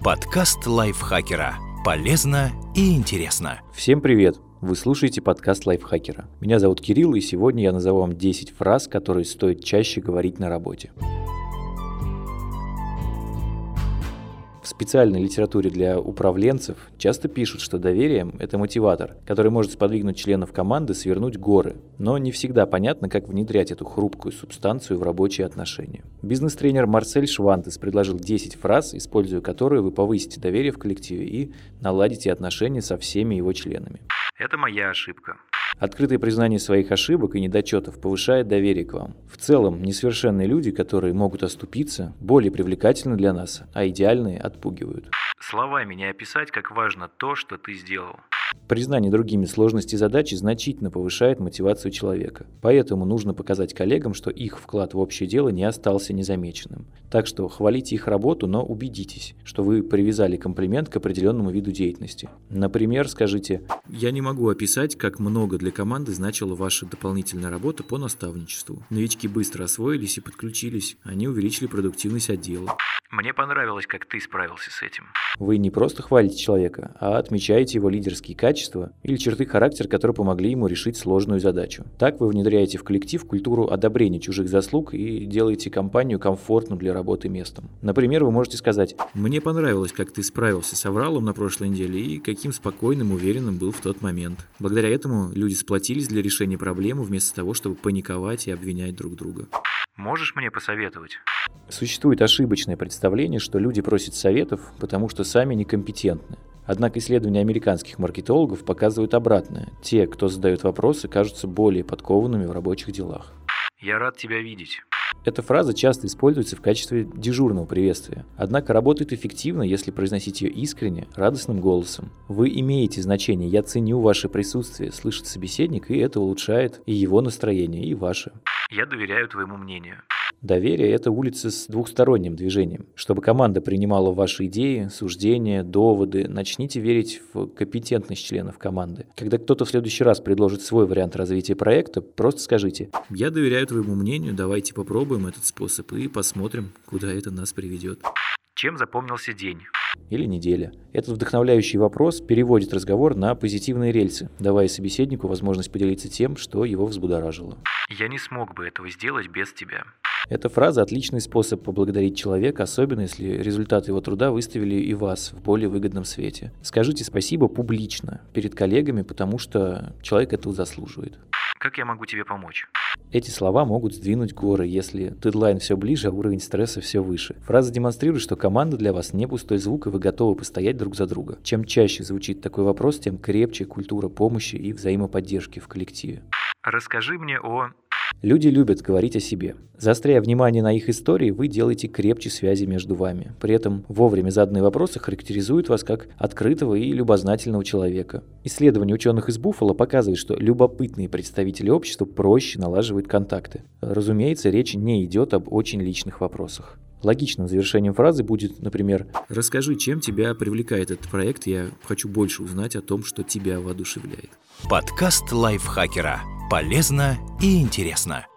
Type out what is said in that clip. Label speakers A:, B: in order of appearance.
A: Подкаст лайфхакера. Полезно и интересно.
B: Всем привет! Вы слушаете подкаст лайфхакера. Меня зовут Кирилл, и сегодня я назову вам 10 фраз, которые стоит чаще говорить на работе. В специальной литературе для управленцев часто пишут, что доверие – это мотиватор, который может сподвигнуть членов команды свернуть горы, но не всегда понятно, как внедрять эту хрупкую субстанцию в рабочие отношения. Бизнес-тренер Марсель Швантес предложил 10 фраз, используя которые вы повысите доверие в коллективе и наладите отношения со всеми его членами.
C: Это моя ошибка.
B: Открытое признание своих ошибок и недочетов повышает доверие к вам. В целом, несовершенные люди, которые могут оступиться, более привлекательны для нас, а идеальные отпугивают.
C: Словами не описать, как важно то, что ты сделал.
B: Признание другими сложности задачи значительно повышает мотивацию человека. Поэтому нужно показать коллегам, что их вклад в общее дело не остался незамеченным. Так что хвалите их работу, но убедитесь, что вы привязали комплимент к определенному виду деятельности. Например, скажите: «Я не могу описать, как много для команды значила ваша дополнительная работа по наставничеству. Новички быстро освоились и подключились. Они увеличили продуктивность отдела».
C: Мне понравилось, как ты справился с этим.
B: Вы не просто хвалите человека, а отмечаете его лидерские качества или черты характера, которые помогли ему решить сложную задачу. Так вы внедряете в коллектив культуру одобрения чужих заслуг и делаете компанию комфортным для работы местом. Например, вы можете сказать: «Мне понравилось, как ты справился с авралом на прошлой неделе и каким спокойным, уверенным был в тот момент. Благодаря этому люди сплотились для решения проблемы вместо того, чтобы паниковать и обвинять друг друга».
C: Можешь мне посоветовать?
B: Существует ошибочное представление, что люди просят советов, потому что сами некомпетентны. Однако исследования американских маркетологов показывают обратное. Те, кто задает вопросы, кажутся более подкованными в рабочих делах.
C: Я рад тебя видеть.
B: Эта фраза часто используется в качестве дежурного приветствия, однако работает эффективно, если произносить ее искренне, радостным голосом. Вы имеете значение, я ценю ваше присутствие, слышит собеседник, и это улучшает и его настроение, и ваше.
C: Я доверяю твоему мнению.
B: Доверие – это улица с двухсторонним движением. Чтобы команда принимала ваши идеи, суждения, доводы, начните верить в компетентность членов команды. Когда кто-то в следующий раз предложит свой вариант развития проекта, просто скажите: «Я доверяю твоему мнению, давайте попробуем этот способ и посмотрим, куда это нас приведет».
C: Чем запомнился день?
B: Или неделя. Этот вдохновляющий вопрос переводит разговор на позитивные рельсы, давая собеседнику возможность поделиться тем, что его взбудоражило.
C: Я не смог бы этого сделать без тебя.
B: Эта фраза – отличный способ поблагодарить человека, особенно если результаты его труда выставили и вас в более выгодном свете. Скажите спасибо публично, перед коллегами, потому что человек этого заслуживает.
C: Как я могу тебе помочь?
B: Эти слова могут сдвинуть горы, если дедлайн все ближе, а уровень стресса все выше. Фраза демонстрирует, что команда для вас не пустой звук, и вы готовы постоять друг за друга. Чем чаще звучит такой вопрос, тем крепче культура помощи и взаимоподдержки в коллективе.
C: Расскажи мне о...
B: Люди любят говорить о себе. Заостряя внимание на их истории, вы делаете крепче связи между вами. При этом вовремя заданные вопросы характеризуют вас как открытого и любознательного человека. Исследование ученых из Буффало показывает, что любопытные представители общества проще налаживают контакты. Разумеется, речь не идет об очень личных вопросах. Логичным завершением фразы будет, например: «Расскажи, чем тебя привлекает этот проект, я хочу больше узнать о том, что тебя воодушевляет».
A: Подкаст лайфхакера. Полезно и интересно.